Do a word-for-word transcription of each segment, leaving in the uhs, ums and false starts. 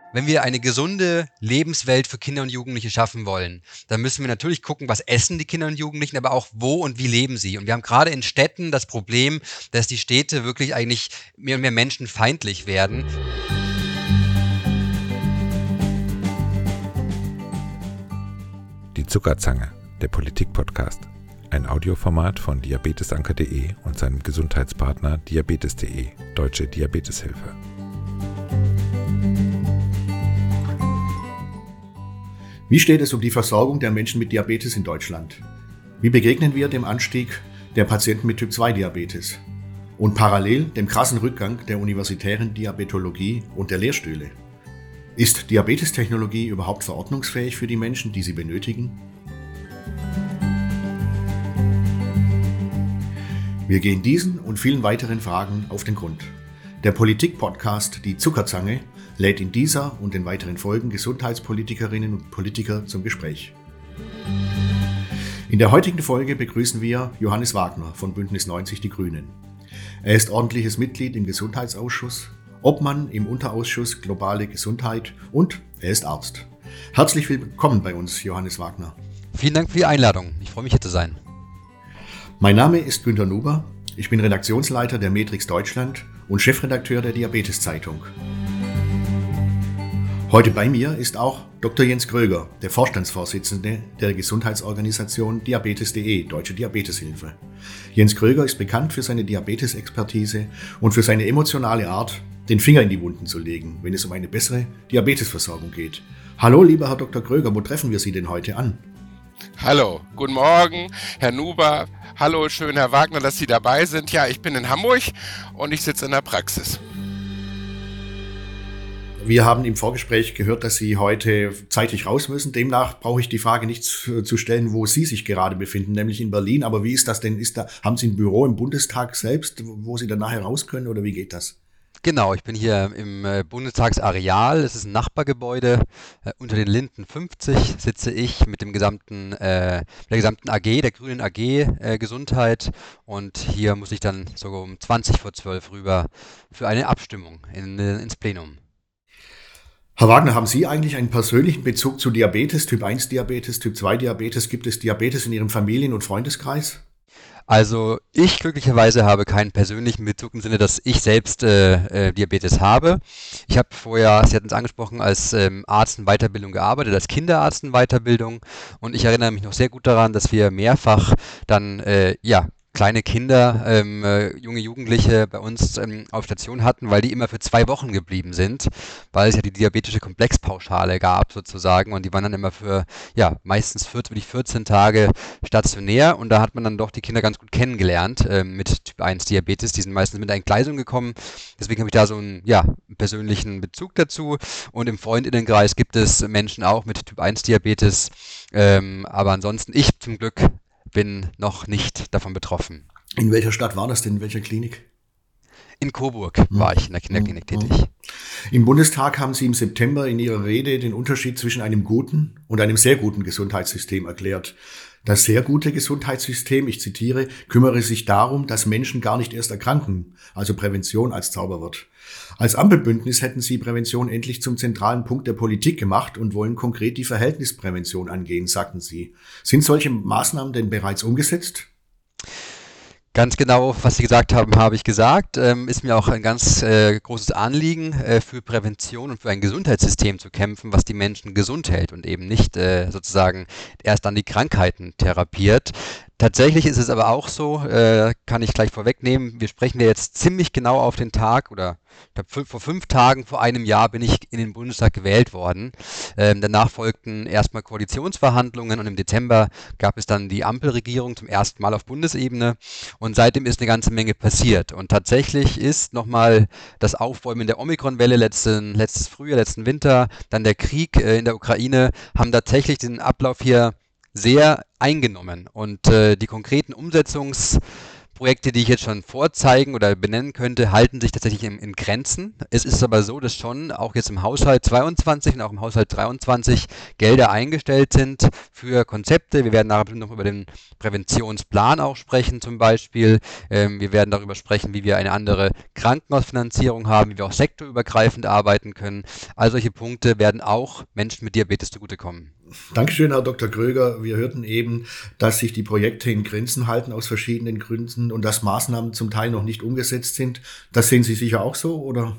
Wenn wir eine gesunde Lebenswelt für Kinder und Jugendliche schaffen wollen, dann müssen wir natürlich gucken, was essen die Kinder und Jugendlichen, aber auch wo und wie leben sie. Und wir haben gerade in Städten das Problem, dass die Städte wirklich eigentlich mehr und mehr menschenfeindlich werden. Die Zuckerzange, der Politik-Podcast. Ein Audioformat von diabetesanker punkt de und seinem Gesundheitspartner diabetes punkt de, Deutsche Diabeteshilfe. Wie steht es um die Versorgung der Menschen mit Diabetes in Deutschland? Wie begegnen wir dem Anstieg der Patienten mit Typ zwei Diabetes? Und parallel dem krassen Rückgang der universitären Diabetologie und der Lehrstühle? Ist Diabetestechnologie überhaupt verordnungsfähig für die Menschen, die sie benötigen? Wir gehen diesen und vielen weiteren Fragen auf den Grund. Der Politik-Podcast Die Zuckerzange lädt in dieser und den weiteren Folgen Gesundheitspolitikerinnen und Politiker zum Gespräch. In der heutigen Folge begrüßen wir Johannes Wagner von Bündnis neunzig Die Grünen. Er ist ordentliches Mitglied im Gesundheitsausschuss, Obmann im Unterausschuss Globale Gesundheit und er ist Arzt. Herzlich willkommen bei uns, Johannes Wagner. Vielen Dank für die Einladung. Ich freue mich, hier zu sein. Mein Name ist Günter Nuber. Ich bin Redaktionsleiter der Matrix Deutschland und Chefredakteur der Diabetes-Zeitung. Heute bei mir ist auch Doktor Jens Kröger, der Vorstandsvorsitzende der Gesundheitsorganisation diabetes punkt de, Deutsche Diabeteshilfe. Jens Kröger ist bekannt für seine Diabetesexpertise und für seine emotionale Art, den Finger in die Wunden zu legen, wenn es um eine bessere Diabetesversorgung geht. Hallo, lieber Herr Doktor Kröger, wo treffen wir Sie denn heute an? Hallo, guten Morgen, Herr Nuber. Hallo, schön, Herr Wagner, dass Sie dabei sind. Ja, ich bin in Hamburg und ich sitze in der Praxis. Wir haben im Vorgespräch gehört, dass Sie heute zeitig raus müssen. Demnach brauche ich die Frage nicht zu stellen, wo Sie sich gerade befinden, nämlich in Berlin. Aber wie ist das denn? Ist da, haben Sie ein Büro im Bundestag selbst, wo Sie dann nachher raus können oder wie geht das? Genau, ich bin hier im äh, Bundestagsareal. Es ist ein Nachbargebäude. Äh, unter den Linden fünfzig sitze ich mit dem gesamten, äh, der gesamten A G, der Grünen A G äh, Gesundheit. Und hier muss ich dann sogar um zwanzig vor zwölf rüber für eine Abstimmung in, äh, ins Plenum. Herr Wagner, haben Sie eigentlich einen persönlichen Bezug zu Diabetes, Typ eins Diabetes, Typ zwei Diabetes? Gibt es Diabetes in Ihrem Familien- und Freundeskreis? Also ich glücklicherweise habe keinen persönlichen Bezug im Sinne, dass ich selbst äh, äh, Diabetes habe. Ich habe vorher, Sie hatten es angesprochen, als ähm, Arzt in Weiterbildung gearbeitet, als Kinderarzt in Weiterbildung. Und ich erinnere mich noch sehr gut daran, dass wir mehrfach dann, äh, ja, kleine Kinder, ähm, äh, junge Jugendliche bei uns ähm, auf Station hatten, weil die immer für zwei Wochen geblieben sind, weil es ja die diabetische Komplexpauschale gab sozusagen und die waren dann immer für, ja, meistens vierzehn Tage stationär und da hat man dann doch die Kinder ganz gut kennengelernt ähm, mit Typ eins Diabetes, die sind meistens mit einer Entgleisung gekommen, deswegen habe ich da so einen, ja, persönlichen Bezug dazu und im Freundinnenkreis gibt es Menschen auch mit Typ eins Diabetes, ähm, aber ansonsten ich zum Glück bin noch nicht davon betroffen. In welcher Stadt war das denn? In welcher Klinik? In Coburg war ich in der Kinderklinik tätig. Im Bundestag haben Sie im September in Ihrer Rede den Unterschied zwischen einem guten und einem sehr guten Gesundheitssystem erklärt. Das sehr gute Gesundheitssystem, ich zitiere, kümmere sich darum, dass Menschen gar nicht erst erkranken, also Prävention als Zauberwort. Als Ampelbündnis hätten Sie Prävention endlich zum zentralen Punkt der Politik gemacht und wollen konkret die Verhältnisprävention angehen, sagten Sie. Sind solche Maßnahmen denn bereits umgesetzt? Ganz genau, was Sie gesagt haben, habe ich gesagt. Ähm, ist mir auch ein ganz äh, großes Anliegen, äh, für Prävention und für ein Gesundheitssystem zu kämpfen, was die Menschen gesund hält und eben nicht äh, sozusagen erst dann die Krankheiten therapiert. Tatsächlich ist es aber auch so, äh, kann ich gleich vorwegnehmen, wir sprechen ja jetzt ziemlich genau auf den Tag oder ich glaube, vor fünf Tagen, vor einem Jahr bin ich in den Bundestag gewählt worden. Ähm, danach folgten erstmal Koalitionsverhandlungen und im Dezember gab es dann die Ampelregierung zum ersten Mal auf Bundesebene und seitdem ist eine ganze Menge passiert. Und tatsächlich ist nochmal das Aufbäumen der Omikron-Welle letzten, letztes Frühjahr, letzten Winter, dann der Krieg äh, in der Ukraine, haben tatsächlich den Ablauf hier sehr eingenommen und äh, die konkreten Umsetzungs Projekte, die ich jetzt schon vorzeigen oder benennen könnte, halten sich tatsächlich in, in Grenzen. Es ist aber so, dass schon auch jetzt im Haushalt zweiundzwanzig und auch im Haushalt dreiundzwanzig Gelder eingestellt sind für Konzepte. Wir werden nachher noch über den Präventionsplan auch sprechen zum Beispiel. Ähm, wir werden darüber sprechen, wie wir eine andere Krankenhausfinanzierung haben, wie wir auch sektorübergreifend arbeiten können. All solche Punkte werden auch Menschen mit Diabetes zugutekommen. Dankeschön, Herr Doktor Kröger. Wir hörten eben, dass sich die Projekte in Grenzen halten aus verschiedenen Gründen und dass Maßnahmen zum Teil noch nicht umgesetzt sind. Das sehen Sie sicher auch so, oder?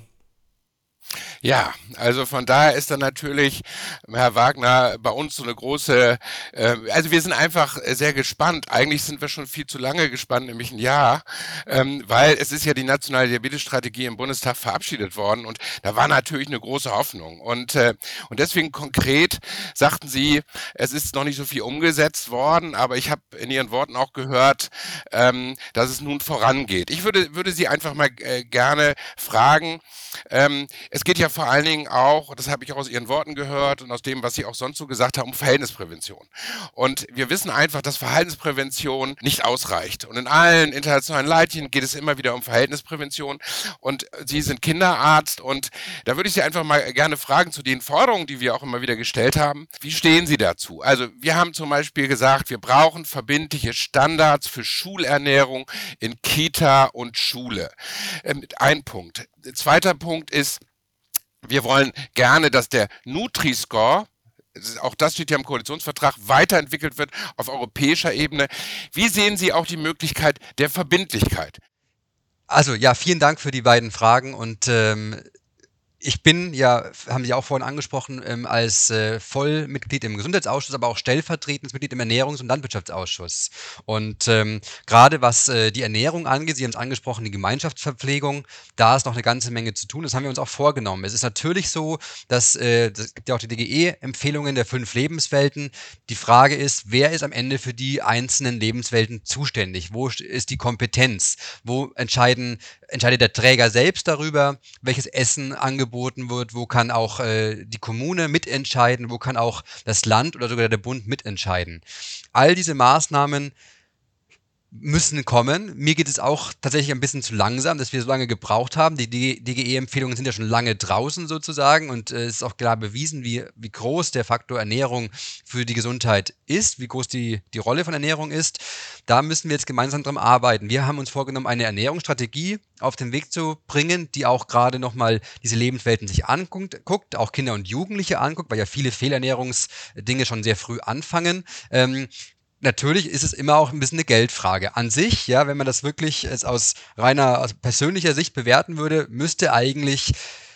Ja, also von daher ist dann natürlich, Herr Wagner, bei uns so eine große, äh, also wir sind einfach sehr gespannt. Eigentlich sind wir schon viel zu lange gespannt, nämlich ein Jahr, ähm, weil es ist ja die nationale Diabetesstrategie im Bundestag verabschiedet worden und da war natürlich eine große Hoffnung. Und, äh, und deswegen konkret sagten Sie, es ist noch nicht so viel umgesetzt worden, aber ich habe in Ihren Worten auch gehört, ähm, dass es nun vorangeht. Ich würde, würde Sie einfach mal äh, gerne fragen, ähm, es geht ja vor allen Dingen auch, das habe ich auch aus Ihren Worten gehört und aus dem, was Sie auch sonst so gesagt haben, um Verhaltensprävention. Und wir wissen einfach, dass Verhaltensprävention nicht ausreicht. Und in allen internationalen Leitlinien geht es immer wieder um Verhaltensprävention. Und Sie sind Kinderarzt und da würde ich Sie einfach mal gerne fragen zu den Forderungen, die wir auch immer wieder gestellt haben. Wie stehen Sie dazu? Also wir haben zum Beispiel gesagt, wir brauchen verbindliche Standards für Schulernährung in Kita und Schule. Ähm, ein Punkt. Zweiter Punkt ist, wir wollen gerne, dass der Nutri-Score, auch das steht ja im Koalitionsvertrag, weiterentwickelt wird auf europäischer Ebene. Wie sehen Sie auch die Möglichkeit der Verbindlichkeit? Also ja, vielen Dank für die beiden Fragen und ähm, ich bin ja, haben Sie auch vorhin angesprochen, ähm, als äh, Vollmitglied im Gesundheitsausschuss, aber auch stellvertretendes Mitglied im Ernährungs- und Landwirtschaftsausschuss. Und ähm, gerade was äh, die Ernährung angeht, Sie haben es angesprochen, die Gemeinschaftsverpflegung, da ist noch eine ganze Menge zu tun. Das haben wir uns auch vorgenommen. Es ist natürlich so, dass äh, das gibt ja auch die D G E-Empfehlungen der fünf Lebenswelten. Die Frage ist, wer ist am Ende für die einzelnen Lebenswelten zuständig? Wo ist die Kompetenz? Wo entscheiden, entscheidet der Träger selbst darüber, welches Essen angeboten wird, wo kann auch äh, die Kommune mitentscheiden, wo kann auch das Land oder sogar der Bund mitentscheiden. All diese Maßnahmen müssen kommen. Mir geht es auch tatsächlich ein bisschen zu langsam, dass wir so lange gebraucht haben. Die D G E-Empfehlungen sind ja schon lange draußen sozusagen und äh, es ist auch klar bewiesen, wie, wie groß der Faktor Ernährung für die Gesundheit ist, wie groß die, die Rolle von Ernährung ist. Da müssen wir jetzt gemeinsam dran arbeiten. Wir haben uns vorgenommen, eine Ernährungsstrategie auf den Weg zu bringen, die auch gerade nochmal diese Lebenswelten sich anguckt, guckt, auch Kinder und Jugendliche anguckt, weil ja viele Fehlernährungsdinge schon sehr früh anfangen. Ähm, Natürlich ist es immer auch ein bisschen eine Geldfrage. An sich, ja, wenn man das wirklich es aus reiner aus persönlicher Sicht bewerten würde, müsste eigentlich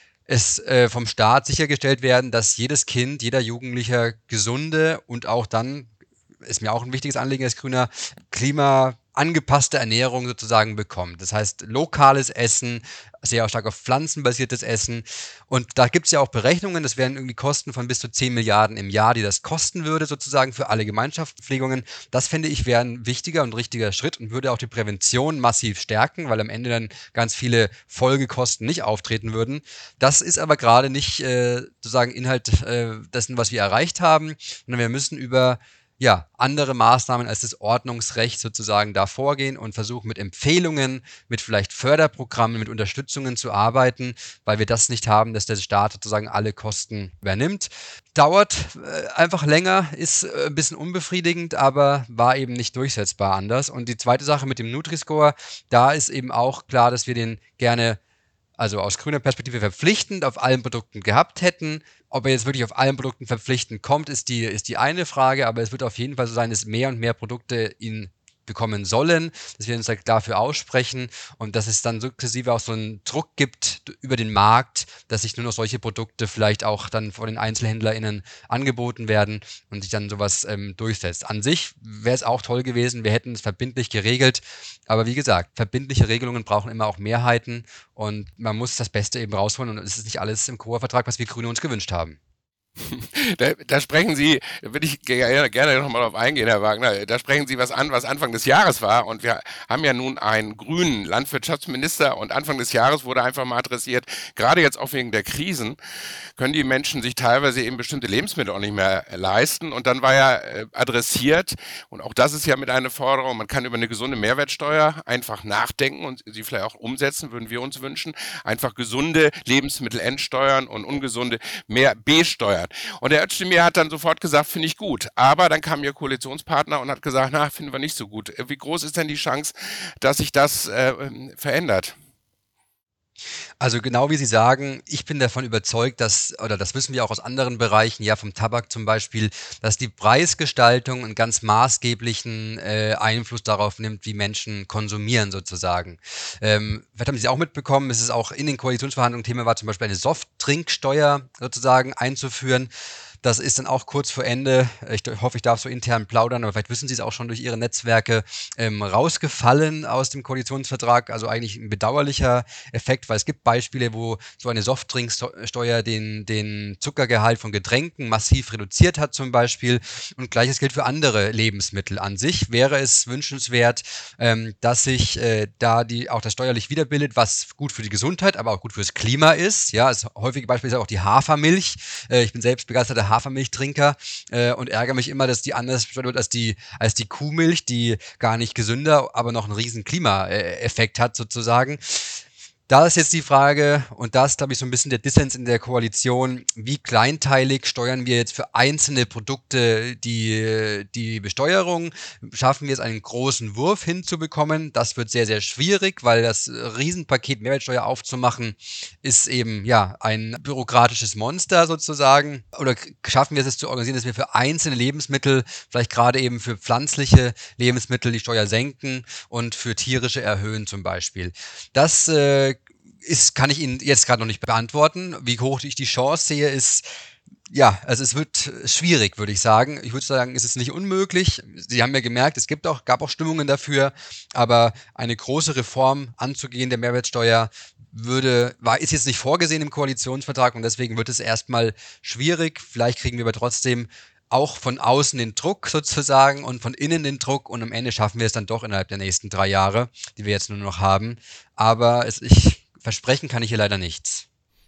es äh, vom Staat sichergestellt werden, dass jedes Kind, jeder Jugendlicher gesunde und auch dann, ist mir auch ein wichtiges Anliegen als Grüner, Klima angepasste Ernährung sozusagen bekommt. Das heißt, lokales Essen, sehr stark auf pflanzenbasiertes Essen. Und da gibt es ja auch Berechnungen, das wären irgendwie Kosten von bis zu zehn Milliarden im Jahr, die das kosten würde sozusagen für alle Gemeinschaftspflegungen. Das fände ich wäre ein wichtiger und richtiger Schritt und würde auch die Prävention massiv stärken, weil am Ende dann ganz viele Folgekosten nicht auftreten würden. Das ist aber gerade nicht äh, sozusagen Inhalt äh, dessen, was wir erreicht haben, sondern wir müssen über ja, andere Maßnahmen als das Ordnungsrecht sozusagen da vorgehen und versuchen mit Empfehlungen, mit vielleicht Förderprogrammen, mit Unterstützungen zu arbeiten, weil wir das nicht haben, dass der Staat sozusagen alle Kosten übernimmt. Dauert äh, einfach länger, ist äh, ein bisschen unbefriedigend, aber war eben nicht durchsetzbar anders. Und die zweite Sache mit dem Nutri-Score, da ist eben auch klar, dass wir den gerne also aus grüner Perspektive verpflichtend auf allen Produkten gehabt hätten. Ob er jetzt wirklich auf allen Produkten verpflichtend kommt, ist die, ist die eine Frage, aber es wird auf jeden Fall so sein, dass mehr und mehr Produkte ihn bekommen sollen, dass wir uns da dafür aussprechen und dass es dann sukzessive auch so einen Druck gibt über den Markt, dass sich nur noch solche Produkte vielleicht auch dann von den EinzelhändlerInnen angeboten werden und sich dann sowas ähm, durchsetzt. An sich wäre es auch toll gewesen, wir hätten es verbindlich geregelt, aber wie gesagt, verbindliche Regelungen brauchen immer auch Mehrheiten und man muss das Beste eben rausholen und es ist nicht alles im K O A-Vertrag, was wir Grüne uns gewünscht haben. Da, da sprechen Sie, da würde ich gerne, gerne nochmal drauf eingehen, Herr Wagner, da sprechen Sie was an, was Anfang des Jahres war, und wir haben ja nun einen grünen Landwirtschaftsminister, und Anfang des Jahres wurde einfach mal adressiert, gerade jetzt auch wegen der Krisen, können die Menschen sich teilweise eben bestimmte Lebensmittel auch nicht mehr leisten, und dann war ja äh, adressiert, und auch das ist ja mit einer Forderung, man kann über eine gesunde Mehrwertsteuer einfach nachdenken und sie vielleicht auch umsetzen, würden wir uns wünschen, einfach gesunde Lebensmittel entsteuern und ungesunde mehr besteuern. Und der Özdemir hat dann sofort gesagt, finde ich gut. Aber dann kam Ihr Koalitionspartner und hat gesagt, na, finden wir nicht so gut. Wie groß ist denn die Chance, dass sich das äh, verändert? Also genau wie Sie sagen, ich bin davon überzeugt, dass, oder das wissen wir auch aus anderen Bereichen, ja vom Tabak zum Beispiel, dass die Preisgestaltung einen ganz maßgeblichen äh, Einfluss darauf nimmt, wie Menschen konsumieren sozusagen. Ähm, vielleicht haben Sie auch mitbekommen, es ist auch in den Koalitionsverhandlungen Thema war, zum Beispiel eine Softtrinksteuer sozusagen einzuführen. Das ist dann auch kurz vor Ende, ich hoffe, ich darf so intern plaudern, aber vielleicht wissen Sie es auch schon durch Ihre Netzwerke, ähm, rausgefallen aus dem Koalitionsvertrag. Also eigentlich ein bedauerlicher Effekt, weil es gibt Beispiele, wo so eine Softtrinksteuer den, den Zuckergehalt von Getränken massiv reduziert hat zum Beispiel. Und gleiches gilt für andere Lebensmittel. An sich wäre es wünschenswert, ähm, dass sich äh, da die, auch das steuerlich wiederbildet, was gut für die Gesundheit, aber auch gut fürs Klima ist. Ja, das häufige Beispiel ist auch die Hafermilch. Äh, ich bin selbst begeisterter Hafermilchtrinker äh, und ärgere mich immer, dass die anders besteuert wird als die, als die Kuhmilch, die gar nicht gesünder, aber noch einen riesen Klimaeffekt hat sozusagen. Da ist jetzt die Frage, und da ist, glaube ich, so ein bisschen der Dissens in der Koalition, wie kleinteilig steuern wir jetzt für einzelne Produkte die, die Besteuerung? Schaffen wir es, einen großen Wurf hinzubekommen? Das wird sehr, sehr schwierig, weil das Riesenpaket Mehrwertsteuer aufzumachen ist eben, ja, ein bürokratisches Monster sozusagen. Oder schaffen wir es zu organisieren, dass wir für einzelne Lebensmittel, vielleicht gerade eben für pflanzliche Lebensmittel die Steuer senken und für tierische erhöhen zum Beispiel? Das äh, ist, kann ich Ihnen jetzt gerade noch nicht beantworten. Wie hoch ich die Chance sehe, ist, ja, also es wird schwierig, würde ich sagen. Ich würde sagen, es ist nicht unmöglich. Sie haben ja gemerkt, es gibt auch, gab auch Stimmungen dafür, aber eine große Reform anzugehen der Mehrwertsteuer würde, war, ist jetzt nicht vorgesehen im Koalitionsvertrag, und deswegen wird es erstmal schwierig. Vielleicht kriegen wir aber trotzdem auch von außen den Druck sozusagen und von innen den Druck, und am Ende schaffen wir es dann doch innerhalb der nächsten drei Jahre, die wir jetzt nur noch haben. Aber es, ich versprechen kann ich hier leider nichts.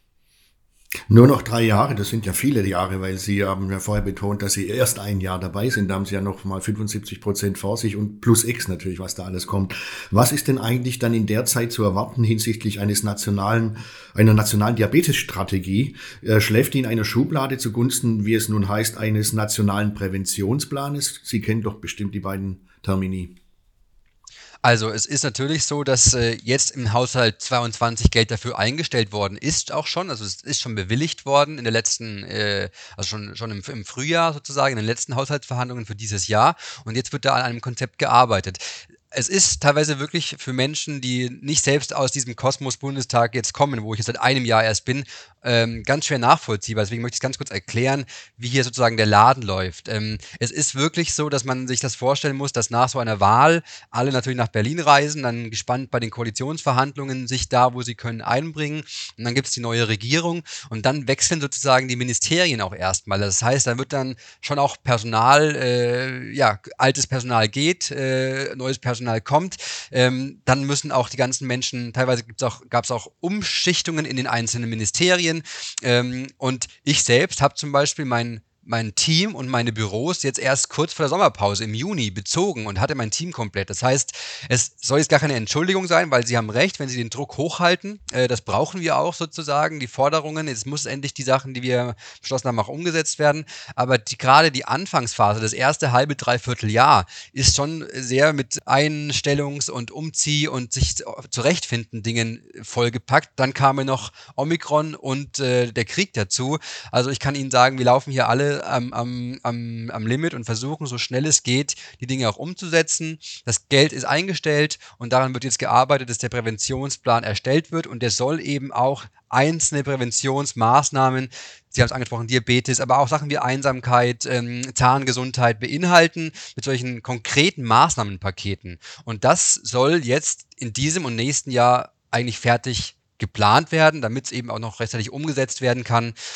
Nur noch drei Jahre, das sind ja viele Jahre, weil Sie haben ja vorher betont, dass Sie erst ein Jahr dabei sind. Da haben Sie ja noch mal fünfundsiebzig Prozent vor sich und plus X natürlich, was da alles kommt. Was ist denn eigentlich dann in der Zeit zu erwarten hinsichtlich eines nationalen, einer nationalen Diabetesstrategie? Äh, schläft die in einer Schublade zugunsten, wie es nun heißt, eines nationalen Präventionsplanes? Sie kennen doch bestimmt die beiden Termini. Also es ist natürlich so, dass äh, jetzt im Haushalt zweiundzwanzig Geld dafür eingestellt worden ist auch schon. Also es ist schon bewilligt worden in der letzten, äh, also schon, schon im, im Frühjahr sozusagen, in den letzten Haushaltsverhandlungen für dieses Jahr. Und jetzt wird da an einem Konzept gearbeitet. Es ist teilweise wirklich für Menschen, die nicht selbst aus diesem Kosmos Bundestag jetzt kommen, wo ich jetzt seit einem Jahr erst bin, ähm, ganz schwer nachvollziehbar. Deswegen möchte ich es ganz kurz erklären, wie hier sozusagen der Laden läuft. Ähm, es ist wirklich so, dass man sich das vorstellen muss, dass nach so einer Wahl alle natürlich nach Berlin reisen, dann gespannt bei den Koalitionsverhandlungen sich da, wo sie können, einbringen. Und dann gibt es die neue Regierung und dann wechseln sozusagen die Ministerien auch erstmal. Das heißt, da wird dann schon auch Personal, äh, ja, altes Personal geht, äh, neues Personal kommt. Ähm, dann müssen auch die ganzen Menschen, teilweise gibt's auch, gab es auch Umschichtungen in den einzelnen Ministerien. Ähm, und ich selbst habe zum Beispiel mein mein Team und meine Büros jetzt erst kurz vor der Sommerpause im Juni bezogen und hatte mein Team komplett. Das heißt, es soll jetzt gar keine Entschuldigung sein, weil Sie haben recht, wenn Sie den Druck hochhalten, äh, das brauchen wir auch sozusagen, die Forderungen, es muss endlich die Sachen, die wir beschlossen haben, auch umgesetzt werden, aber die, gerade die Anfangsphase, das erste halbe, dreiviertel Jahr, ist schon sehr mit Einstellungs- und Umzieh- und sich zurechtfinden Dingen vollgepackt. Dann kamen noch Omikron und äh, der Krieg dazu. Also ich kann Ihnen sagen, wir laufen hier alle Am, am, am, am Limit und versuchen, so schnell es geht, die Dinge auch umzusetzen. Das Geld ist eingestellt und daran wird jetzt gearbeitet, dass der Präventionsplan erstellt wird und der soll eben auch einzelne Präventionsmaßnahmen, Sie haben es angesprochen, Diabetes, aber auch Sachen wie Einsamkeit, ähm, Zahngesundheit beinhalten mit solchen konkreten Maßnahmenpaketen. Und das soll jetzt in diesem und nächsten Jahr eigentlich fertig geplant werden, damit es eben auch noch rechtzeitig umgesetzt werden kann.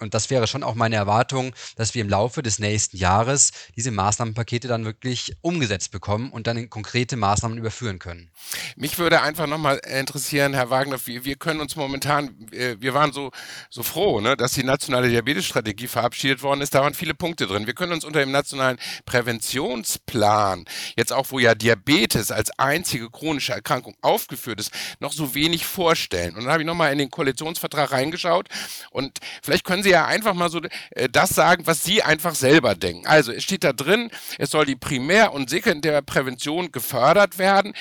und das wäre schon auch meine Erwartung, dass wir im Laufe des nächsten Jahres diese Maßnahmenpakete dann wirklich umgesetzt bekommen und dann in konkrete Maßnahmen überführen können. Mich würde einfach nochmal interessieren, Herr Wagner, wir, wir können uns momentan, wir waren so, so froh, ne, dass die nationale Diabetesstrategie verabschiedet worden ist. Da waren viele Punkte drin. Wir können uns unter dem nationalen Präventionsplan, jetzt auch wo ja Diabetes als einzige chronische Erkrankung aufgeführt ist, noch so wenig vorstellen. Und dann habe ich nochmal in den Koalitionsvertrag reingeschaut und vielleicht können Sie ja einfach mal so äh, das sagen, was Sie einfach selber denken. Also es steht da drin, es soll die Primär- und Sekundärprävention gefördert werden,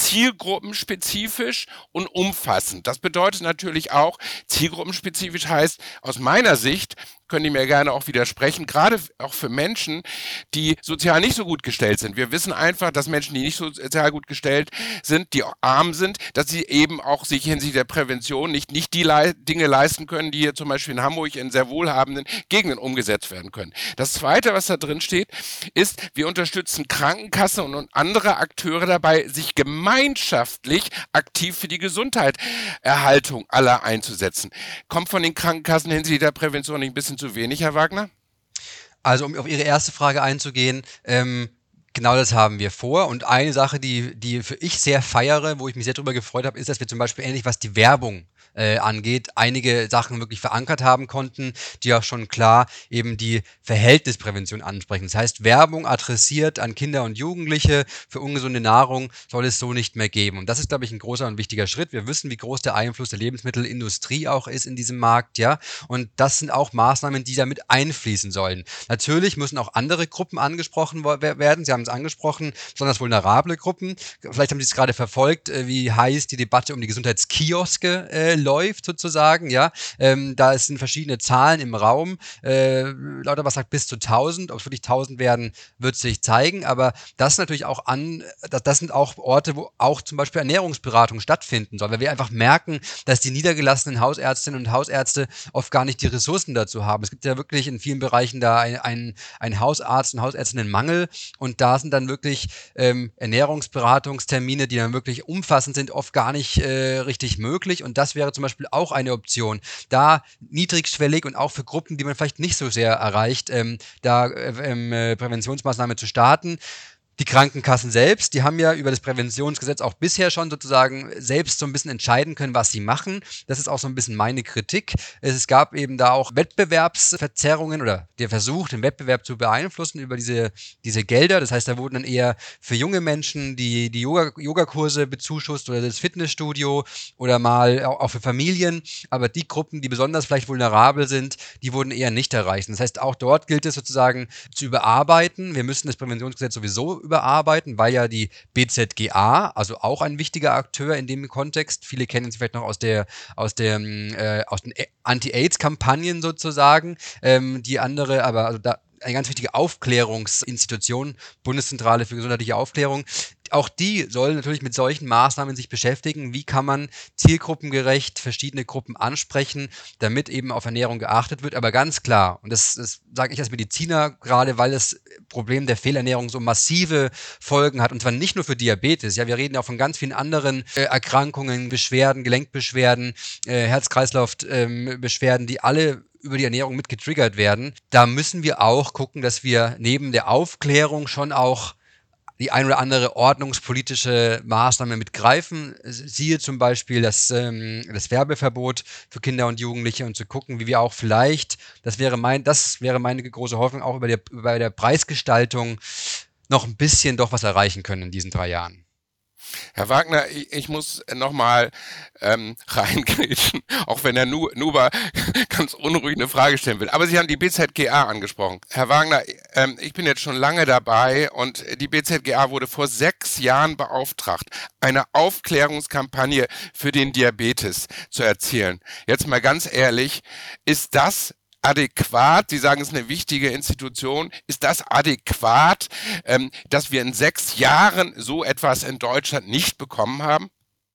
zielgruppenspezifisch und umfassend. Das bedeutet natürlich auch, zielgruppenspezifisch heißt aus meiner Sicht, können die mir gerne auch widersprechen, gerade auch für Menschen, die sozial nicht so gut gestellt sind. Wir wissen einfach, dass Menschen, die nicht so sozial gut gestellt sind, die arm sind, dass sie eben auch sich hinsichtlich der Prävention nicht, nicht die Le- Dinge leisten können, die hier zum Beispiel in Hamburg in sehr wohlhabenden Gegenden umgesetzt werden können. Das Zweite, was da drin steht, ist, wir unterstützen Krankenkassen und, und andere Akteure dabei, sich gemeinschaftlich aktiv für die Gesundheitserhaltung aller einzusetzen. Kommt von den Krankenkassen hinsichtlich der Prävention nicht ein bisschen zu wenig, Herr Wagner? Also um auf Ihre erste Frage einzugehen, ähm, genau das haben wir vor. Und eine Sache, die, die für ich sehr feiere, wo ich mich sehr darüber gefreut habe, ist, dass wir zum Beispiel ähnlich, was die Werbung äh, angeht, einige Sachen wirklich verankert haben konnten, die auch schon klar eben die Verhältnisprävention ansprechen. Das heißt, Werbung adressiert an Kinder und Jugendliche für ungesunde Nahrung soll es so nicht mehr geben. Und das ist, glaube ich, ein großer und wichtiger Schritt. Wir wissen, wie groß der Einfluss der Lebensmittelindustrie auch ist in diesem Markt, ja. Und das sind auch Maßnahmen, die damit einfließen sollen. Natürlich müssen auch andere Gruppen angesprochen werden. Sie haben es angesprochen, besonders vulnerable Gruppen. Vielleicht haben Sie es gerade verfolgt, wie heiß die Debatte um die Gesundheitskioske äh, läuft sozusagen, ja. Ähm, da sind verschiedene Zahlen im Raum. Äh, Lauterbach sagt bis zu tausend. Ob es wirklich tausend werden, wird sich zeigen. Aber das ist natürlich auch an, das, das sind auch Orte, wo auch zum Beispiel Ernährungsberatung stattfinden soll, weil wir einfach merken, dass die niedergelassenen Hausärztinnen und Hausärzte oft gar nicht die Ressourcen dazu haben. Es gibt ja wirklich in vielen Bereichen da ein, ein, ein Hausarzt und Hausärztinnenmangel und da sind dann wirklich ähm, Ernährungsberatungstermine, die dann wirklich umfassend sind, oft gar nicht äh, richtig möglich und das wäre zum Beispiel auch eine Option, da niedrigschwellig und auch für Gruppen, die man vielleicht nicht so sehr erreicht, ähm, da äh, Präventionsmaßnahmen zu starten. Die Krankenkassen selbst, die haben ja über das Präventionsgesetz auch bisher schon sozusagen selbst so ein bisschen entscheiden können, was sie machen. Das ist auch so ein bisschen meine Kritik. Es gab eben da auch Wettbewerbsverzerrungen oder der Versuch, den Wettbewerb zu beeinflussen über diese, diese Gelder. Das heißt, da wurden dann eher für junge Menschen die, die Yoga, Yogakurse bezuschusst oder das Fitnessstudio oder mal auch für Familien. Aber die Gruppen, die besonders vielleicht vulnerabel sind, die wurden eher nicht erreicht. Das heißt, auch dort gilt es sozusagen zu überarbeiten. Wir müssen das Präventionsgesetz sowieso überarbeiten, weil ja die B Z G A, also auch ein wichtiger Akteur in dem Kontext, viele kennen sie vielleicht noch aus der aus der äh, aus den Anti-AIDS-Kampagnen sozusagen, ähm, die andere, aber also da eine ganz wichtige Aufklärungsinstitution, Bundeszentrale für gesundheitliche Aufklärung. Auch die sollen natürlich mit solchen Maßnahmen sich beschäftigen. Wie kann man zielgruppengerecht verschiedene Gruppen ansprechen, damit eben auf Ernährung geachtet wird. Aber ganz klar, und das, das sage ich als Mediziner, gerade weil das Problem der Fehlernährung so massive Folgen hat, und zwar nicht nur für Diabetes. Ja, wir reden ja auch von ganz vielen anderen äh, Erkrankungen, Beschwerden, Gelenkbeschwerden, äh, Herz-Kreislauf-Beschwerden, ähm, die alle über die Ernährung mit getriggert werden. Da müssen wir auch gucken, dass wir neben der Aufklärung schon auch die ein oder andere ordnungspolitische Maßnahme mitgreifen. Siehe zum Beispiel das, ähm, das Werbeverbot für Kinder und Jugendliche und zu gucken, wie wir auch vielleicht, das wäre mein, das wäre meine große Hoffnung, auch über der, bei der Preisgestaltung noch ein bisschen doch was erreichen können in diesen drei Jahren. Herr Wagner, ich, ich muss nochmal ähm, reingrätschen, auch wenn Herr Nuber ganz unruhig eine Frage stellen will. Aber Sie haben die B Z G A angesprochen. Herr Wagner, ähm, ich bin jetzt schon lange dabei und die B Z G A wurde vor sechs Jahren beauftragt, eine Aufklärungskampagne für den Diabetes zu erzielen. Jetzt mal ganz ehrlich, ist das adäquat? Sie sagen, es ist eine wichtige Institution. Ist das adäquat, ähm, dass wir in sechs Jahren so etwas in Deutschland nicht bekommen haben?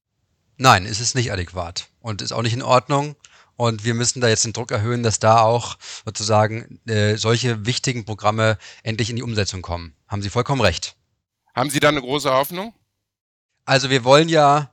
Nein, es ist nicht adäquat und ist auch nicht in Ordnung. Und wir müssen da jetzt den Druck erhöhen, dass da auch sozusagen äh, solche wichtigen Programme endlich in die Umsetzung kommen. Haben Sie vollkommen recht. Haben Sie da eine große Hoffnung? Also wir wollen ja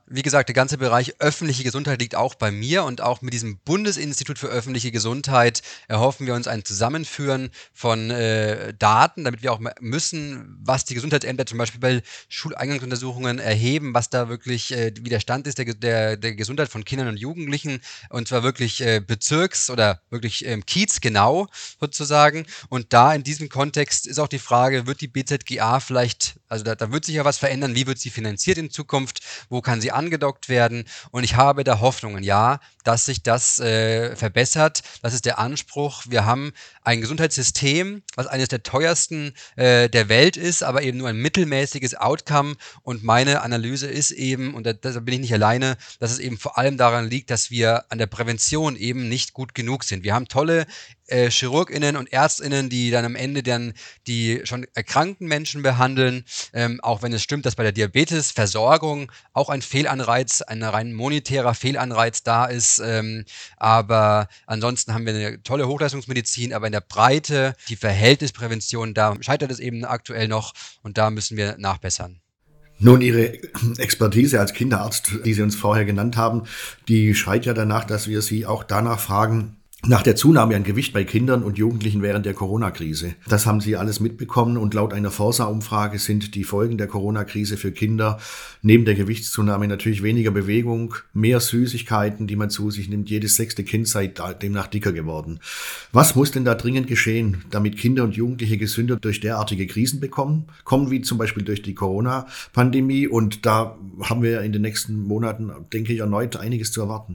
Wie gesagt, der ganze Bereich öffentliche Gesundheit liegt auch bei mir und auch mit diesem Bundesinstitut für öffentliche Gesundheit erhoffen wir uns ein Zusammenführen von äh, Daten, damit wir auch müssen, was die Gesundheitsämter zum Beispiel bei Schuleingangsuntersuchungen erheben, was da wirklich äh, wie der Stand ist der, der, der Gesundheit von Kindern und Jugendlichen, und zwar wirklich äh, bezirks- oder wirklich ähm, kiezgenau sozusagen. Und da in diesem Kontext ist auch die Frage, wird die B Z G A vielleicht, also da, da wird sich ja was verändern, wie wird sie finanziert in Zukunft, wo kann sie angedockt werden, und ich habe da Hoffnungen, ja, dass sich das äh, verbessert. Das ist der Anspruch. Wir haben ein Gesundheitssystem, was eines der teuersten äh, der Welt ist, aber eben nur ein mittelmäßiges Outcome, und meine Analyse ist eben, und da, da bin ich nicht alleine, dass es eben vor allem daran liegt, dass wir an der Prävention eben nicht gut genug sind. Wir haben tolle äh, ChirurgInnen und ÄrztInnen, die dann am Ende dann die schon erkrankten Menschen behandeln, ähm, auch wenn es stimmt, dass bei der Diabetesversorgung auch ein Fehlanreiz, ein rein monetärer Fehlanreiz da ist, ähm, aber ansonsten haben wir eine tolle Hochleistungsmedizin, aber in der Breite, die Verhältnisprävention, da scheitert es eben aktuell noch, und da müssen wir nachbessern. Nun, Ihre Expertise als Kinderarzt, die Sie uns vorher genannt haben, die schreit ja danach, dass wir Sie auch danach fragen, nach der Zunahme an Gewicht bei Kindern und Jugendlichen während der Corona-Krise. Das haben Sie alles mitbekommen, und laut einer Forsa-Umfrage sind die Folgen der Corona-Krise für Kinder neben der Gewichtszunahme natürlich weniger Bewegung, mehr Süßigkeiten, die man zu sich nimmt. Jedes sechste Kind sei demnach dicker geworden. Was muss denn da dringend geschehen, damit Kinder und Jugendliche gesünder durch derartige Krisen bekommen, kommen wie zum Beispiel durch die Corona-Pandemie? Und da haben wir in den nächsten Monaten, denke ich, erneut einiges zu erwarten.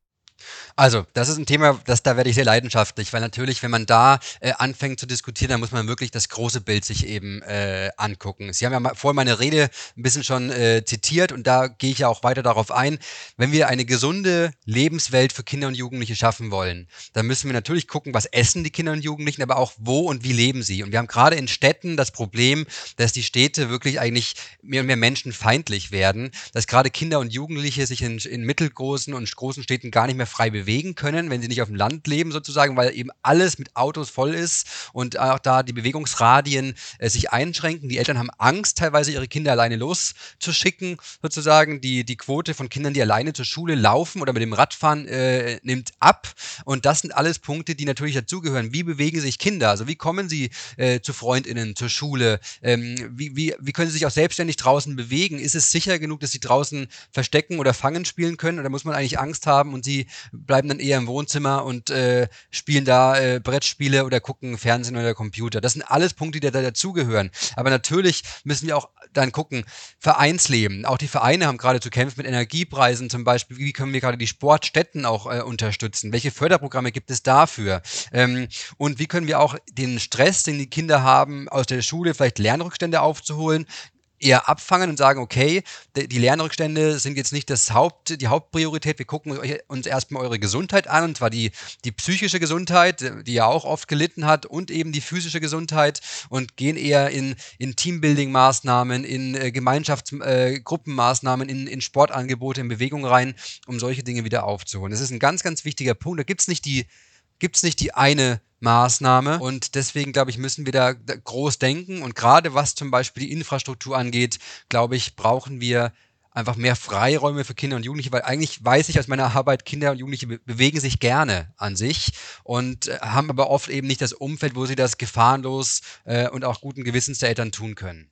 Also, das ist ein Thema, das, da werde ich sehr leidenschaftlich, weil natürlich, wenn man da äh, anfängt zu diskutieren, dann muss man wirklich das große Bild sich eben äh, angucken. Sie haben ja mal, vorhin meine Rede ein bisschen schon äh, zitiert, und da gehe ich ja auch weiter darauf ein. Wenn wir eine gesunde Lebenswelt für Kinder und Jugendliche schaffen wollen, dann müssen wir natürlich gucken, was essen die Kinder und Jugendlichen, aber auch wo und wie leben sie. Und wir haben gerade in Städten das Problem, dass die Städte wirklich eigentlich mehr und mehr menschenfeindlich werden, dass gerade Kinder und Jugendliche sich in, in mittelgroßen und großen Städten gar nicht mehr frei bewegen können, wenn sie nicht auf dem Land leben sozusagen, weil eben alles mit Autos voll ist und auch da die Bewegungsradien äh, sich einschränken. Die Eltern haben Angst, teilweise ihre Kinder alleine loszuschicken sozusagen. Die, die Quote von Kindern, die alleine zur Schule laufen oder mit dem Radfahren, äh, nimmt ab, und das sind alles Punkte, die natürlich dazugehören. Wie bewegen sich Kinder? Also wie kommen sie äh, zu FreundInnen, zur Schule? Ähm, wie, wie, wie können sie sich auch selbstständig draußen bewegen? Ist es sicher genug, dass sie draußen verstecken oder fangen spielen können, oder muss man eigentlich Angst haben und sie bleiben dann eher im Wohnzimmer und äh, spielen da äh, Brettspiele oder gucken Fernsehen oder Computer? Das sind alles Punkte, die da dazugehören. Aber natürlich müssen wir auch dann gucken, Vereinsleben. Auch die Vereine haben gerade zu kämpfen mit Energiepreisen zum Beispiel. Wie können wir gerade die Sportstätten auch äh, unterstützen? Welche Förderprogramme gibt es dafür? Ähm, und wie können wir auch den Stress, den die Kinder haben, aus der Schule vielleicht Lernrückstände aufzuholen, eher abfangen und sagen, okay, die Lernrückstände sind jetzt nicht das Haupt, die Hauptpriorität, wir gucken uns erstmal eure Gesundheit an, und zwar die, die psychische Gesundheit, die ja auch oft gelitten hat, und eben die physische Gesundheit, und gehen eher in, in Teambuilding-Maßnahmen, in äh, Gemeinschaftsgruppenmaßnahmen, äh, in, in Sportangebote, in Bewegung rein, um solche Dinge wieder aufzuholen. Das ist ein ganz, ganz wichtiger Punkt. Da gibt's nicht die, gibt's nicht die eine Maßnahme, und deswegen, glaube ich, müssen wir da groß denken, und gerade was zum Beispiel die Infrastruktur angeht, glaube ich, brauchen wir einfach mehr Freiräume für Kinder und Jugendliche, weil eigentlich weiß ich aus meiner Arbeit, Kinder und Jugendliche be- bewegen sich gerne an sich und äh, haben aber oft eben nicht das Umfeld, wo sie das gefahrenlos äh, und auch guten Gewissens der Eltern tun können.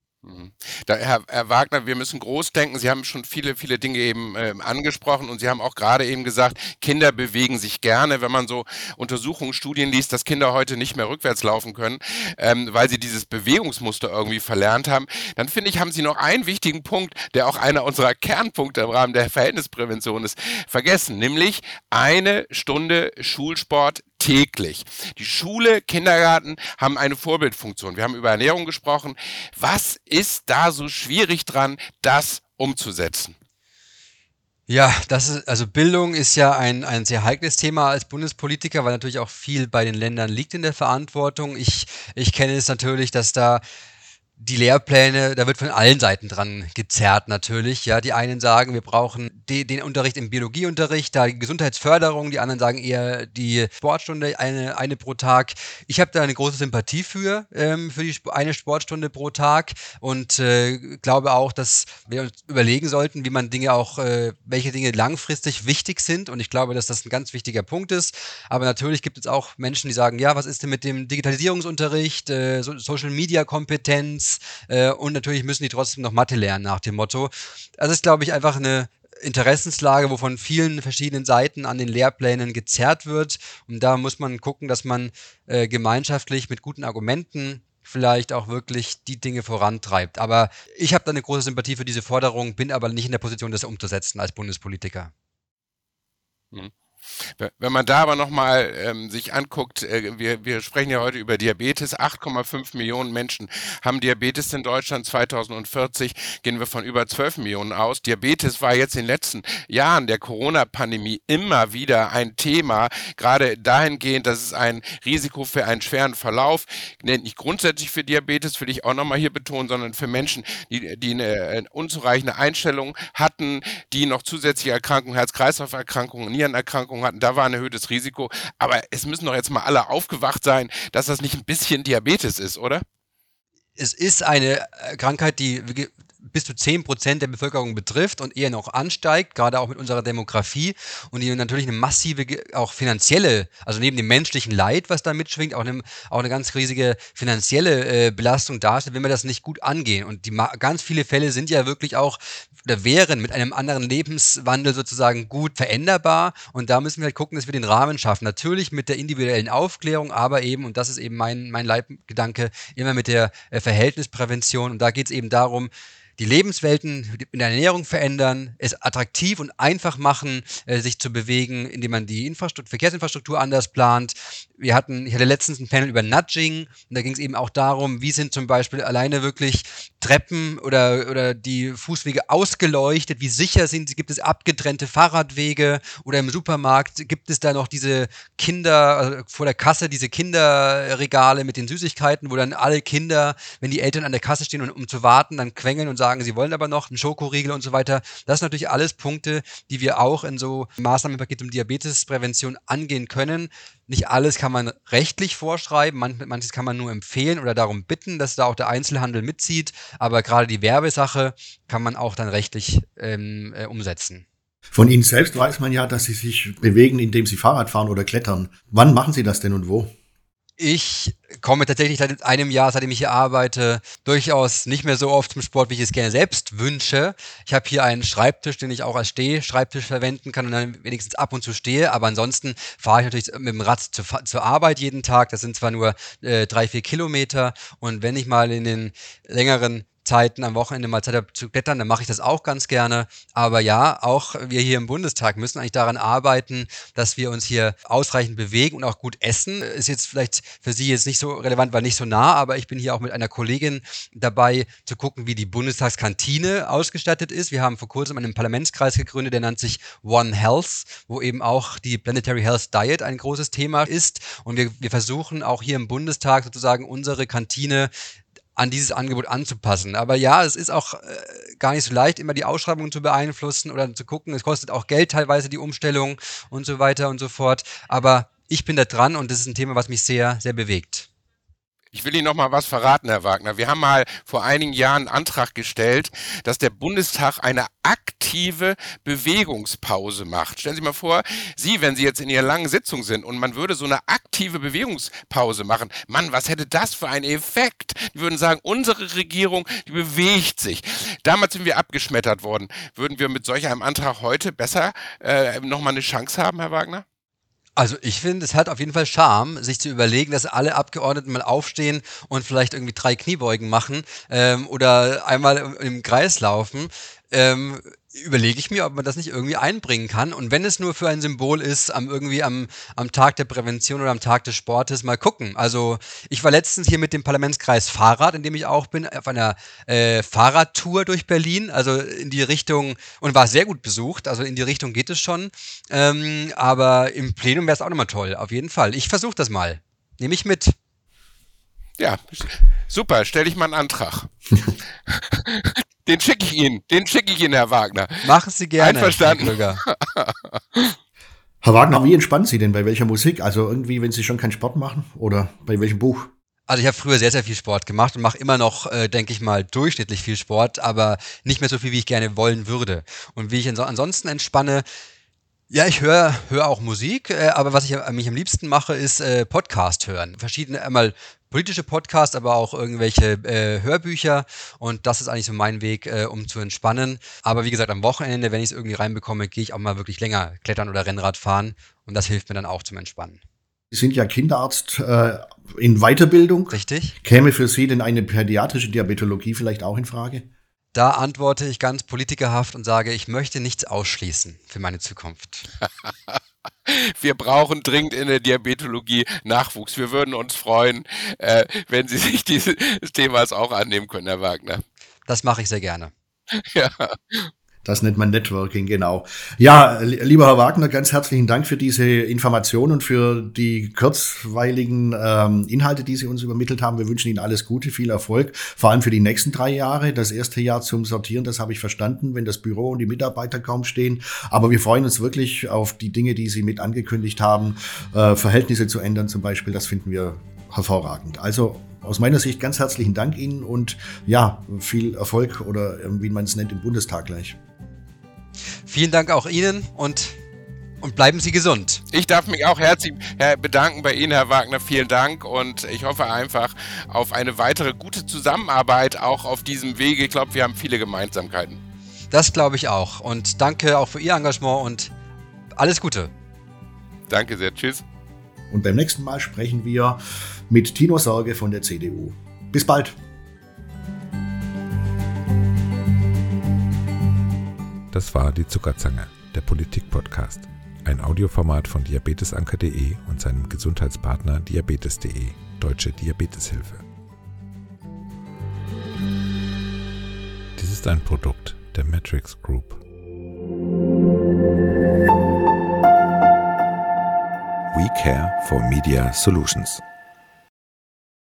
Da, Herr, Herr Wagner, wir müssen groß denken. Sie haben schon viele, viele Dinge eben äh, angesprochen, und Sie haben auch gerade eben gesagt, Kinder bewegen sich gerne. Wenn man so Untersuchungen, Studien liest, dass Kinder heute nicht mehr rückwärts laufen können, ähm, weil sie dieses Bewegungsmuster irgendwie verlernt haben, dann finde ich, haben Sie noch einen wichtigen Punkt, der auch einer unserer Kernpunkte im Rahmen der Verhältnisprävention ist, vergessen, nämlich eine Stunde Schulsport täglich. Die Schule, Kindergarten haben eine Vorbildfunktion. Wir haben über Ernährung gesprochen. Was ist da so schwierig dran, das umzusetzen? Ja, das ist, also Bildung ist ja ein, ein sehr heikles Thema als Bundespolitiker, weil natürlich auch viel bei den Ländern liegt in der Verantwortung. Ich, ich kenne es natürlich, dass da Die Lehrpläne, da wird von allen Seiten dran gezerrt natürlich. Ja, die einen sagen, wir brauchen die, den Unterricht im Biologieunterricht, da die Gesundheitsförderung, die anderen sagen eher die Sportstunde, eine, eine pro Tag. Ich habe da eine große Sympathie für, ähm, für die eine Sportstunde pro Tag und äh, glaube auch, dass wir uns überlegen sollten, wie man Dinge auch, äh, welche Dinge langfristig wichtig sind, und ich glaube, dass das ein ganz wichtiger Punkt ist. Aber natürlich gibt es auch Menschen, die sagen, ja, was ist denn mit dem Digitalisierungsunterricht, äh, so, Social-Media-Kompetenz, Äh, und natürlich müssen die trotzdem noch Mathe lernen, nach dem Motto. Das ist, glaube ich, einfach eine Interessenslage, wo von vielen verschiedenen Seiten an den Lehrplänen gezerrt wird. Und da muss man gucken, dass man äh, gemeinschaftlich mit guten Argumenten vielleicht auch wirklich die Dinge vorantreibt. Aber ich habe da eine große Sympathie für diese Forderung, bin aber nicht in der Position, das umzusetzen als Bundespolitiker. Mhm. Wenn man da aber nochmal ähm, sich anguckt, äh, wir, wir sprechen ja heute über Diabetes, acht Komma fünf Millionen Menschen haben Diabetes in Deutschland, zweitausendvierzig gehen wir von über zwölf Millionen aus. Diabetes war jetzt in den letzten Jahren der Corona-Pandemie immer wieder ein Thema, gerade dahingehend, dass es ein Risiko für einen schweren Verlauf, nicht grundsätzlich für Diabetes, will ich auch nochmal hier betonen, sondern für Menschen, die, die eine unzureichende Einstellung hatten, die noch zusätzliche Erkrankungen, Herz-Kreislauf-Erkrankungen, Nierenerkrankungen hatten, da war ein erhöhtes Risiko. Aber es müssen doch jetzt mal alle aufgewacht sein, dass das nicht ein bisschen Diabetes ist, oder? Es ist eine Krankheit, die bis zu zehn Prozent der Bevölkerung betrifft und eher noch ansteigt, gerade auch mit unserer Demografie, und die natürlich eine massive, auch finanzielle, also neben dem menschlichen Leid, was da mitschwingt, auch eine, auch eine ganz riesige finanzielle äh, Belastung darstellt, wenn wir das nicht gut angehen. Und die ganz viele Fälle sind ja wirklich auch oder wären mit einem anderen Lebenswandel sozusagen gut veränderbar, und da müssen wir halt gucken, dass wir den Rahmen schaffen. Natürlich mit der individuellen Aufklärung, aber eben, und das ist eben mein, mein Leitgedanke, immer mit der äh, Verhältnisprävention, und da geht es eben darum, die Lebenswelten in der Ernährung verändern, es attraktiv und einfach machen, äh, sich zu bewegen, indem man die Infrastruktur, Verkehrsinfrastruktur anders plant. Wir hatten, ich hatte letztens ein Panel über Nudging, und da ging es eben auch darum, wie sind zum Beispiel alleine wirklich Treppen oder, oder die Fußwege ausgeleuchtet, wie sicher sind sie, gibt es abgetrennte Fahrradwege, oder im Supermarkt gibt es da noch diese Kinder, also vor der Kasse diese Kinderregale mit den Süßigkeiten, wo dann alle Kinder, wenn die Eltern an der Kasse stehen, und um zu warten, dann quengeln und sagen, sie wollen aber noch einen Schokoriegel und so weiter. Das sind natürlich alles Punkte, die wir auch in so Maßnahmenpaketen um Diabetesprävention angehen können. Nicht alles kann man rechtlich vorschreiben, manches kann man nur empfehlen oder darum bitten, dass da auch der Einzelhandel mitzieht, aber gerade die Werbesache kann man auch dann rechtlich ähm, äh, umsetzen. Von Ihnen selbst weiß man ja, dass Sie sich bewegen, indem Sie Fahrrad fahren oder klettern. Wann machen Sie das denn und wo? Ich komme tatsächlich seit einem Jahr, seitdem ich hier arbeite, durchaus nicht mehr so oft zum Sport, wie ich es gerne selbst wünsche. Ich habe hier einen Schreibtisch, den ich auch als Stehschreibtisch verwenden kann und dann wenigstens ab und zu stehe. Aber ansonsten fahre ich natürlich mit dem Rad zur, zur Arbeit jeden Tag. Das sind zwar nur äh, drei, vier Kilometer. Und wenn ich mal in den längeren Zeiten am Wochenende mal Zeit habe zu klettern, dann mache ich das auch ganz gerne. Aber ja, auch wir hier im Bundestag müssen eigentlich daran arbeiten, dass wir uns hier ausreichend bewegen und auch gut essen. Ist jetzt vielleicht für Sie jetzt nicht so relevant, weil nicht so nah, aber ich bin hier auch mit einer Kollegin dabei, zu gucken, wie die Bundestagskantine ausgestattet ist. Wir haben vor kurzem einen Parlamentskreis gegründet, der nennt sich One Health, wo eben auch die Planetary Health Diet ein großes Thema ist. Und wir, wir versuchen auch hier im Bundestag sozusagen unsere Kantine an dieses Angebot anzupassen. Aber ja, es ist auch äh, gar nicht so leicht, immer die Ausschreibungen zu beeinflussen oder zu gucken. Es kostet auch Geld teilweise, die Umstellung und so weiter und so fort. Aber ich bin da dran, und das ist ein Thema, was mich sehr, sehr bewegt. Ich will Ihnen noch mal was verraten, Herr Wagner. Wir haben mal vor einigen Jahren einen Antrag gestellt, dass der Bundestag eine aktive Bewegungspause macht. Stellen Sie mal vor, Sie, wenn Sie jetzt in Ihrer langen Sitzung sind und man würde so eine aktive Bewegungspause machen. Mann, was hätte das für einen Effekt? Die würden sagen, unsere Regierung, die bewegt sich. Damals sind wir abgeschmettert worden. Würden wir mit solch einem Antrag heute besser äh, noch mal eine Chance haben, Herr Wagner? Also ich finde, es hat auf jeden Fall Charme, sich zu überlegen, dass alle Abgeordneten mal aufstehen und vielleicht irgendwie drei Kniebeugen machen ähm, oder einmal im, im Kreis laufen. Ähm, überlege ich mir, ob man das nicht irgendwie einbringen kann. Und wenn es nur für ein Symbol ist, am irgendwie am, am Tag der Prävention oder am Tag des Sportes, mal gucken. Also ich war letztens hier mit dem Parlamentskreis Fahrrad, in dem ich auch bin, auf einer äh, Fahrradtour durch Berlin, also in die Richtung, und war sehr gut besucht, also in die Richtung geht es schon. Ähm, aber im Plenum wäre es auch nochmal toll, auf jeden Fall. Ich versuche das mal. Nehme ich mit. Ja, super, stelle ich mal einen Antrag. Den schicke ich Ihnen, den schicke ich Ihnen, Herr Wagner. Machen Sie gerne. Einverstanden. Herr Herr Wagner, wie entspannen Sie denn bei welcher Musik? Also irgendwie, wenn Sie schon keinen Sport machen oder bei welchem Buch? Also ich habe früher sehr, sehr viel Sport gemacht und mache immer noch, äh, denke ich mal, durchschnittlich viel Sport, aber nicht mehr so viel, wie ich gerne wollen würde. Und wie ich ans- ansonsten entspanne, ja, ich höre höre auch Musik, äh, aber was ich mich am liebsten mache, ist äh, Podcast hören. Verschiedene, einmal politische Podcasts, aber auch irgendwelche äh, Hörbücher. Und das ist eigentlich so mein Weg, äh, um zu entspannen. Aber wie gesagt, am Wochenende, wenn ich es irgendwie reinbekomme, gehe ich auch mal wirklich länger klettern oder Rennrad fahren. Und das hilft mir dann auch zum Entspannen. Sie sind ja Kinderarzt äh, in Weiterbildung. Richtig? Käme für Sie denn eine pädiatrische Diabetologie vielleicht auch in Frage? Da antworte ich ganz politikerhaft und sage, ich möchte nichts ausschließen für meine Zukunft. Wir brauchen dringend in der Diabetologie Nachwuchs. Wir würden uns freuen, äh, wenn Sie sich dieses Themas auch annehmen können, Herr Wagner. Das mache ich sehr gerne. Ja. Das nennt man Networking, genau. Ja, li- lieber Herr Wagner, ganz herzlichen Dank für diese Informationen und für die kurzweiligen ähm, Inhalte, die Sie uns übermittelt haben. Wir wünschen Ihnen alles Gute, viel Erfolg, vor allem für die nächsten drei Jahre. Das erste Jahr zum Sortieren, das habe ich verstanden, wenn das Büro und die Mitarbeiter kaum stehen. Aber wir freuen uns wirklich auf die Dinge, die Sie mit angekündigt haben, äh, Verhältnisse zu ändern zum Beispiel. Das finden wir hervorragend. Also aus meiner Sicht ganz herzlichen Dank Ihnen und ja, viel Erfolg oder äh, wie man es nennt, im Bundestag gleich. Vielen Dank auch Ihnen und, und bleiben Sie gesund. Ich darf mich auch herzlich bedanken bei Ihnen, Herr Wagner. Vielen Dank und ich hoffe einfach auf eine weitere gute Zusammenarbeit auch auf diesem Wege. Ich glaube, wir haben viele Gemeinsamkeiten. Das glaube ich auch. Und danke auch für Ihr Engagement und alles Gute. Danke sehr. Tschüss. Und beim nächsten Mal sprechen wir mit Tino Sorge von der C D U. Bis bald. Das war die Zuckerzange, der Politik-Podcast. Ein Audioformat von diabetesanker punkt de und seinem Gesundheitspartner diabetes punkt de, Deutsche Diabeteshilfe. Dies ist ein Produkt der Matrix Group. We care for Media Solutions.